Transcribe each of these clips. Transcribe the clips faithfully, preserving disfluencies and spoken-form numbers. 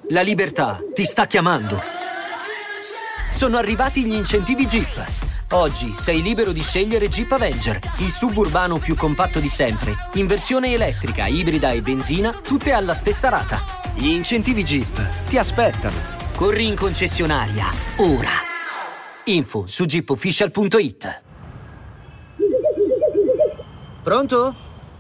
La libertà ti sta chiamando. Sono arrivati gli incentivi Jeep. Oggi sei libero di scegliere Jeep Avenger, il suburbano più compatto di sempre, in versione elettrica, ibrida e benzina, tutte alla stessa rata. Gli incentivi Jeep ti aspettano. Corri in concessionaria, ora. Info su jeep official punto it. Pronto?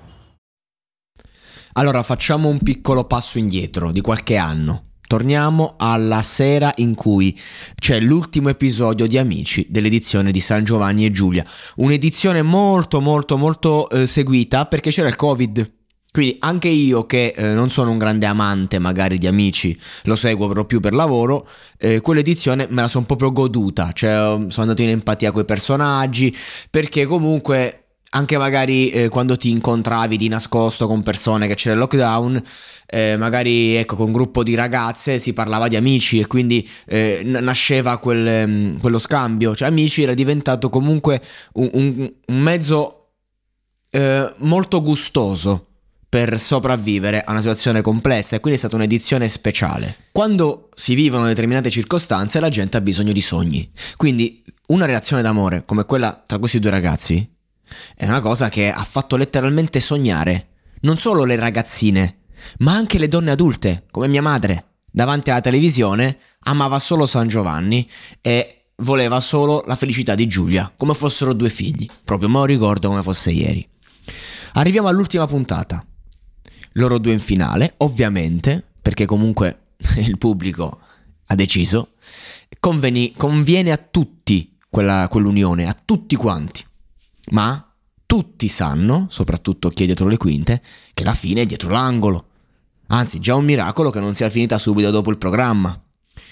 Allora facciamo un piccolo passo indietro di qualche anno. Torniamo alla sera in cui c'è l'ultimo episodio di Amici dell'edizione di San Giovanni e Giulia. Un'edizione molto molto molto eh, seguita perché c'era il Covid. Quindi anche io che eh, non sono un grande amante magari di Amici, lo seguo però più per lavoro, eh, quell'edizione me la sono proprio goduta. Cioè sono andato in empatia coi personaggi, perché comunque anche magari eh, quando ti incontravi di nascosto con persone che c'era il lockdown, eh, magari ecco con un gruppo di ragazze si parlava di Amici e quindi eh, n- nasceva quel, um, quello scambio. Cioè Amici era diventato comunque un, un, un mezzo eh, molto gustoso per sopravvivere a una situazione complessa, e quindi è stata un'edizione speciale. Quando si vivono determinate circostanze la gente ha bisogno di sogni, quindi una relazione d'amore come quella tra questi due ragazzi è una cosa che ha fatto letteralmente sognare non solo le ragazzine, ma anche le donne adulte, come mia madre. Davanti alla televisione amava solo San Giovanni e voleva solo la felicità di Giulia, come fossero due figli. Proprio me lo ricordo come fosse ieri. Arriviamo all'ultima puntata. Loro due in finale, ovviamente, perché comunque il pubblico ha deciso. Conveni, conviene a tutti quella, quell'unione, a tutti quanti. Ma tutti sanno, soprattutto chi è dietro le quinte, che la fine è dietro l'angolo. Anzi, già un miracolo che non sia finita subito dopo il programma.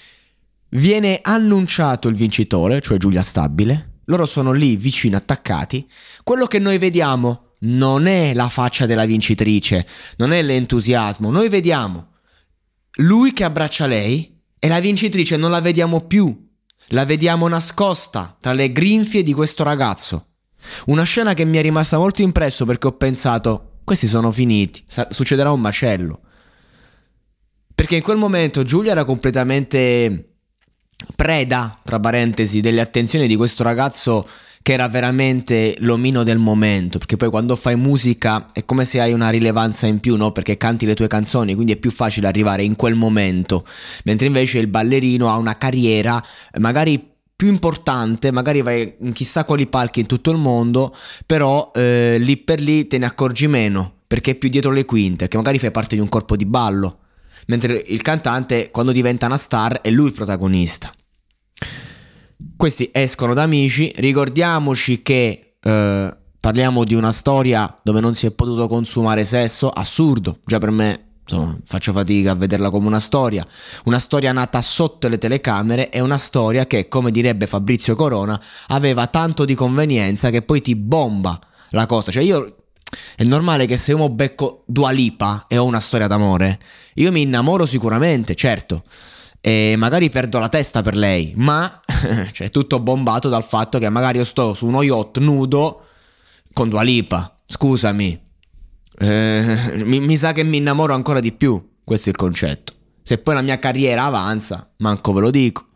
Viene annunciato il vincitore, cioè Giulia Stabile. Loro sono lì vicino attaccati. Quello che noi vediamo non è la faccia della vincitrice, non è l'entusiasmo. Noi vediamo lui che abbraccia lei e la vincitrice non la vediamo più. La vediamo nascosta tra le grinfie di questo ragazzo. Una scena che mi è rimasta molto impresso, perché ho pensato, questi sono finiti, sa- succederà un macello. Perché in quel momento Giulia era completamente preda, tra parentesi, delle attenzioni di questo ragazzo che era veramente l'omino del momento. Perché poi quando fai musica è come se hai una rilevanza in più, no? Perché canti le tue canzoni, quindi è più facile arrivare in quel momento. Mentre invece il ballerino ha una carriera magari più importante, magari vai in chissà quali palchi in tutto il mondo, però eh, lì per lì te ne accorgi meno, perché è più dietro le quinte, perché magari fai parte di un corpo di ballo, mentre il cantante, quando diventa una star, è lui il protagonista. Questi escono da Amici. Ricordiamoci che eh, parliamo di una storia dove non si è potuto consumare sesso, assurdo, già per me. Insomma, faccio fatica a vederla come una storia. Una storia nata sotto le telecamere è una storia che, come direbbe Fabrizio Corona, aveva tanto di convenienza che poi ti bomba la cosa. Cioè io, è normale che se io becco Dua Lipa e ho una storia d'amore, io mi innamoro sicuramente, certo, e magari perdo la testa per lei, ma cioè, è tutto bombato dal fatto che magari io sto su uno yacht nudo con Dua Lipa. Scusami. Eh, mi, mi sa che mi innamoro ancora di più. Questo è il concetto. Se poi la mia carriera avanza, manco ve lo dico.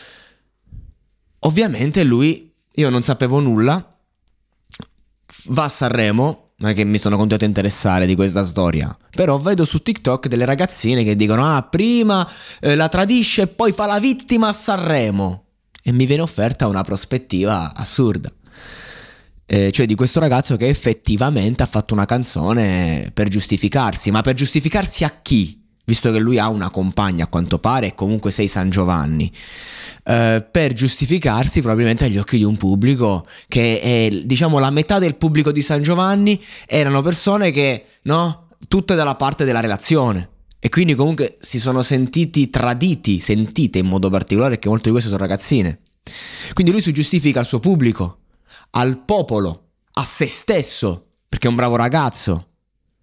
Ovviamente lui, io non sapevo nulla, va a Sanremo, non è che mi sono continuato a interessare di questa storia, però vedo su TikTok delle ragazzine che dicono: ah, prima eh, la tradisce e poi fa la vittima a Sanremo, e mi viene offerta una prospettiva assurda. Eh, cioè di questo ragazzo che effettivamente ha fatto una canzone per giustificarsi. Ma per giustificarsi a chi? Visto che lui ha una compagna a quanto pare e comunque sei San Giovanni. Eh, per giustificarsi probabilmente agli occhi di un pubblico che è, diciamo, la metà del pubblico di San Giovanni erano persone che, no, tutte dalla parte della relazione, e quindi comunque si sono sentiti traditi, sentite in modo particolare, perché molte di queste sono ragazzine. Quindi lui si giustifica al suo pubblico, al popolo, a se stesso, perché è un bravo ragazzo.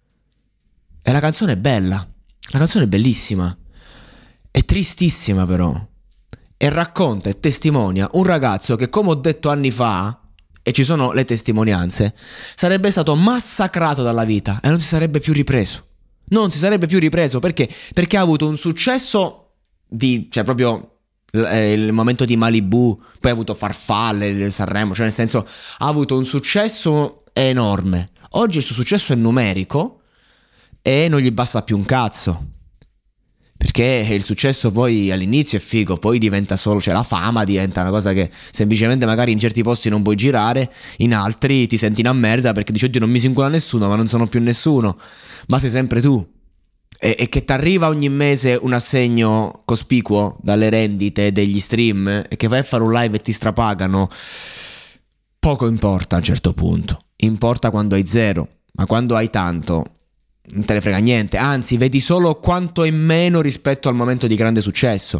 E la canzone è bella, la canzone è bellissima, è tristissima però, e racconta e testimonia un ragazzo che, come ho detto anni fa, e ci sono le testimonianze, sarebbe stato massacrato dalla vita e non si sarebbe più ripreso. Non si sarebbe più ripreso perché? Perché ha avuto un successo di, cioè proprio il momento di Malibu, poi ha avuto Farfalle, Sanremo, cioè nel senso ha avuto un successo enorme. Oggi il suo successo è numerico e non gli basta più un cazzo, perché il successo poi all'inizio è figo, poi diventa solo, cioè la fama diventa una cosa che semplicemente magari in certi posti non puoi girare, in altri ti senti una merda perché dici oddio non mi singula nessuno, ma non sono più nessuno, ma sei sempre tu. E, e che ti arriva ogni mese un assegno cospicuo dalle rendite degli stream e che vai a fare un live e ti strapagano, poco importa a un certo punto. Importa quando hai zero, ma quando hai tanto non te ne frega niente, anzi vedi solo quanto è meno rispetto al momento di grande successo.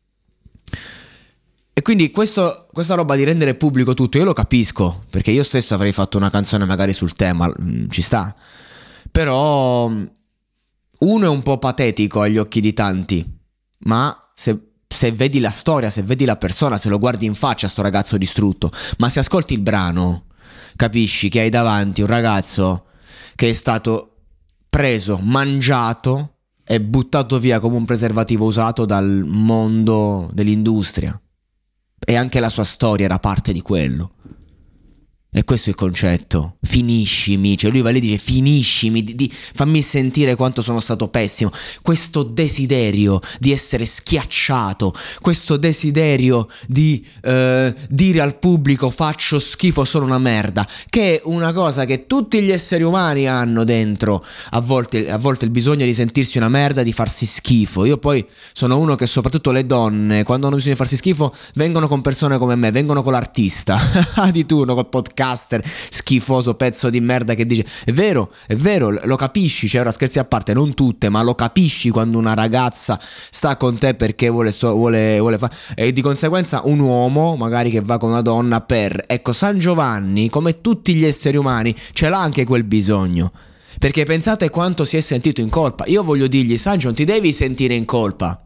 E quindi questo, questa roba di rendere pubblico tutto io lo capisco, perché io stesso avrei fatto una canzone magari sul tema, ci sta, però uno è un po' patetico agli occhi di tanti, ma se, se vedi la storia, se vedi la persona, se lo guardi in faccia sto ragazzo distrutto, ma se ascolti il brano capisci che hai davanti un ragazzo che è stato preso, mangiato e buttato via come un preservativo usato dal mondo dell'industria, e anche la sua storia era parte di quello. E questo è il concetto, finiscimi, cioè lui va lì e dice finiscimi, di, di, fammi sentire quanto sono stato pessimo, questo desiderio di essere schiacciato, questo desiderio di eh, dire al pubblico faccio schifo, sono una merda, che è una cosa che tutti gli esseri umani hanno dentro, a volte, a volte il bisogno di sentirsi una merda, di farsi schifo. Io poi sono uno che soprattutto le donne quando hanno bisogno di farsi schifo vengono con persone come me, vengono con l'artista di turno, col podcast schifoso pezzo di merda che dice è vero, è vero, lo capisci, cioè ora scherzi a parte, non tutte, ma lo capisci quando una ragazza sta con te perché vuole, so, vuole, vuole fare, e di conseguenza un uomo magari che va con una donna per, ecco, San Giovanni come tutti gli esseri umani ce l'ha anche quel bisogno, perché pensate quanto si è sentito in colpa. Io voglio dirgli Sanjo, non ti devi sentire in colpa,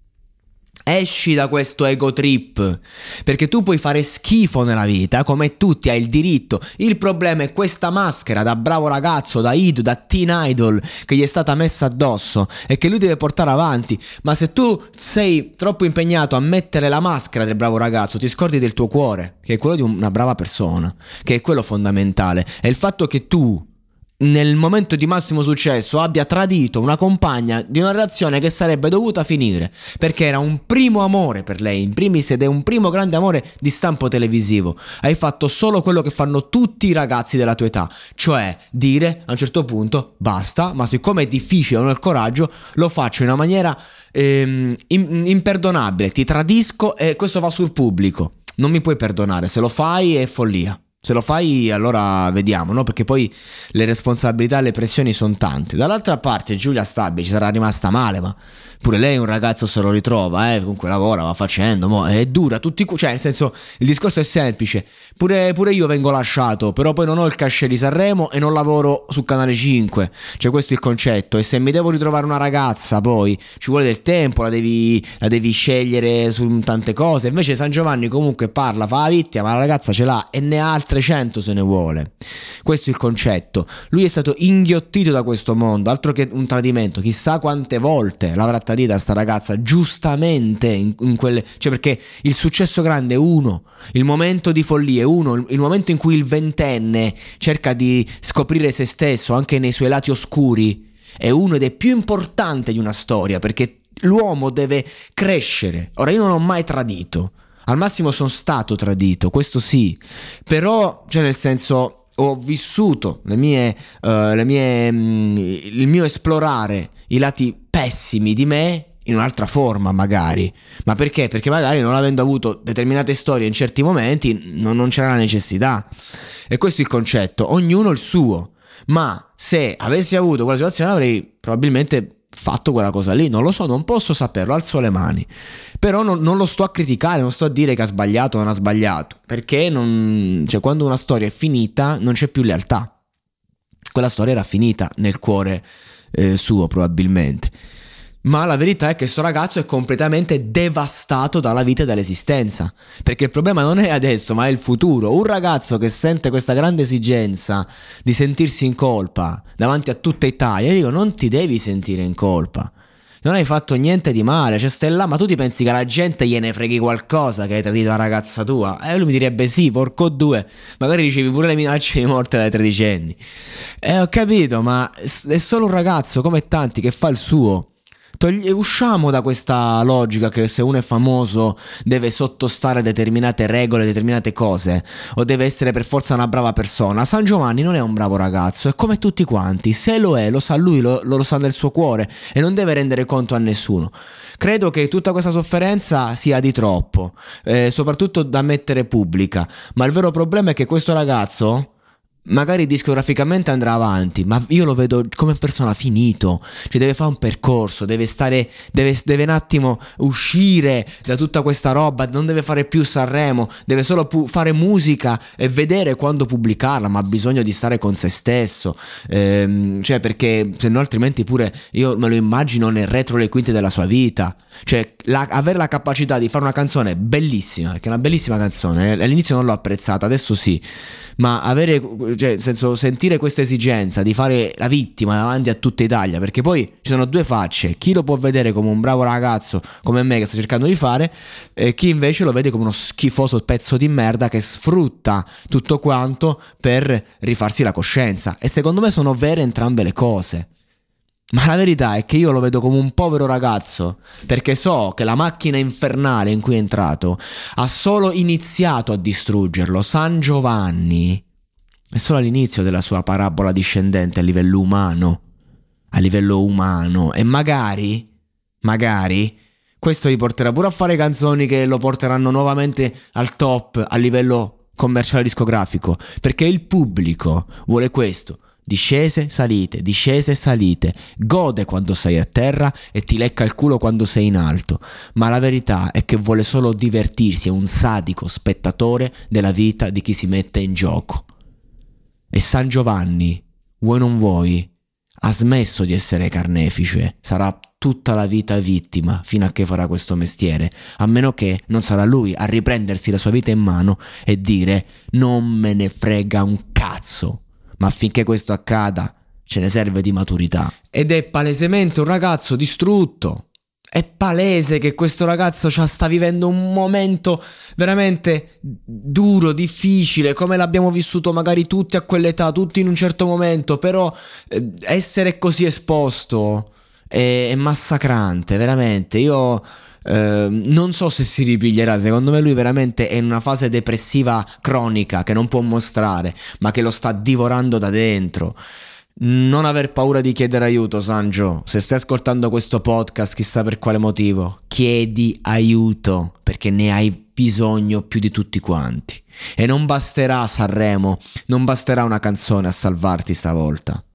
esci da questo ego trip, perché tu puoi fare schifo nella vita come tutti, hai il diritto. Il problema è questa maschera da bravo ragazzo, da idol, da teen idol che gli è stata messa addosso e che lui deve portare avanti. Ma se tu sei troppo impegnato a mettere la maschera del bravo ragazzo, ti scordi del tuo cuore, che è quello di una brava persona, che è quello fondamentale. E il fatto che tu nel momento di massimo successo abbia tradito una compagna di una relazione che sarebbe dovuta finire perché era un primo amore per lei, in primis, ed è un primo grande amore di stampo televisivo. Hai fatto solo quello che fanno tutti i ragazzi della tua età, cioè dire a un certo punto basta, ma siccome è difficile, non ho il coraggio, lo faccio in una maniera ehm, imperdonabile, ti tradisco e questo va sul pubblico. Non mi puoi perdonare, se lo fai è follia. Se lo fai allora vediamo, no? Perché poi le responsabilità e le pressioni sono tante. Dall'altra parte Giulia Stabile ci sarà rimasta male, ma pure lei un ragazzo se lo ritrova, eh? Comunque lavora, va facendo, mo è dura, tutti, cioè nel senso il discorso è semplice. Pure, pure io vengo lasciato, però poi non ho il cachet di Sanremo e non lavoro su Canale cinque. Cioè questo è il concetto. E se mi devo ritrovare una ragazza poi ci vuole del tempo, la devi, la devi scegliere su tante cose. Invece San Giovanni comunque parla, fa la vittima, ma la ragazza ce l'ha e ne ha trecento se ne vuole. Questo è il concetto. Lui è stato inghiottito da questo mondo, altro che un tradimento. Chissà quante volte l'avrà tradita sta ragazza, giustamente in, in quelle, cioè perché il successo grande è uno, il momento di follia è uno, il, il momento in cui il ventenne cerca di scoprire se stesso anche nei suoi lati oscuri è uno ed è più importante di una storia, perché l'uomo deve crescere. Ora io non ho mai tradito, al massimo sono stato tradito, questo sì, però cioè nel senso ho vissuto le mie, uh, le mie mh, il mio esplorare i lati pessimi di me in un'altra forma magari. Ma perché? Perché magari non avendo avuto determinate storie in certi momenti non, non c'era la necessità. E questo è il concetto, ognuno il suo. Ma se avessi avuto quella situazione avrei probabilmente fatto quella cosa lì, non lo so, non posso saperlo, alzo le mani. Però non, non lo sto a criticare, non sto a dire che ha sbagliato o non ha sbagliato, perché non, cioè quando una storia è finita non c'è più lealtà. Quella storia era finita nel cuore eh, suo probabilmente. Ma la verità è che sto ragazzo è completamente devastato dalla vita e dall'esistenza, perché il problema non è adesso ma è il futuro. Un ragazzo che sente questa grande esigenza di sentirsi in colpa davanti a tutta Italia, io dico non ti devi sentire in colpa, non hai fatto niente di male, cioè stai là, ma tu ti pensi che alla gente gliene freghi qualcosa che hai tradito la ragazza tua? E eh, lui mi direbbe sì, porco due, magari ricevi pure le minacce di morte dai tredicenni. E eh, ho capito, ma è solo un ragazzo come tanti che fa il suo. Togli- usciamo da questa logica che se uno è famoso deve sottostare a determinate regole, determinate cose, o deve essere per forza una brava persona. San Giovanni non è un bravo ragazzo, è come tutti quanti. Se lo è, lo sa lui, lo, lo sa nel suo cuore e non deve rendere conto a nessuno. Credo che tutta questa sofferenza sia di troppo, eh, soprattutto da mettere pubblica. Ma il vero problema è che questo ragazzo magari discograficamente andrà avanti, ma io lo vedo come persona finito, cioè deve fare un percorso, deve stare, deve, deve un attimo uscire da tutta questa roba, non deve fare più Sanremo, deve solo pu- fare musica e vedere quando pubblicarla, ma ha bisogno di stare con se stesso, ehm, cioè perché se no altrimenti pure io me lo immagino nel retro le quinte della sua vita, cioè la, avere la capacità di fare una canzone bellissima, perché è una bellissima canzone, eh? All'inizio non l'ho apprezzata, adesso sì, ma avere, cioè, nel senso, sentire questa esigenza di fare la vittima davanti a tutta Italia, perché poi ci sono due facce: chi lo può vedere come un bravo ragazzo come me che sta cercando di fare, e chi invece lo vede come uno schifoso pezzo di merda che sfrutta tutto quanto per rifarsi la coscienza. E secondo me sono vere entrambe le cose. Ma la verità è che io lo vedo come un povero ragazzo, perché so che la macchina infernale in cui è entrato ha solo iniziato a distruggerlo. San Giovanni è solo all'inizio della sua parabola discendente a livello umano, a livello umano, e magari, magari questo gli porterà pure a fare canzoni che lo porteranno nuovamente al top a livello commerciale discografico, perché il pubblico vuole questo. Discese, salite, discese, salite. Gode quando sei a terra e ti lecca il culo quando sei in alto. Ma la verità è che vuole solo divertirsi, è un sadico spettatore della vita di chi si mette in gioco. E San Giovanni, vuoi non vuoi, ha smesso di essere carnefice, sarà tutta la vita vittima fino a che farà questo mestiere, a meno che non sarà lui a riprendersi la sua vita in mano e dire non me ne frega un cazzo. Ma affinché questo accada ce ne serve di maturità. Ed è palesemente un ragazzo distrutto. È palese che questo ragazzo sta vivendo un momento veramente duro, difficile, come l'abbiamo vissuto magari tutti a quell'età, tutti in un certo momento. Però eh, essere così esposto è, è massacrante, veramente. Io Uh, non so se si ripiglierà. Secondo me lui veramente è in una fase depressiva cronica che non può mostrare, ma che lo sta divorando da dentro. Non aver paura di chiedere aiuto, Sanjo. Se stai ascoltando questo podcast, chissà per quale motivo, chiedi aiuto, perché ne hai bisogno più di tutti quanti. E non basterà Sanremo, non basterà una canzone a salvarti stavolta.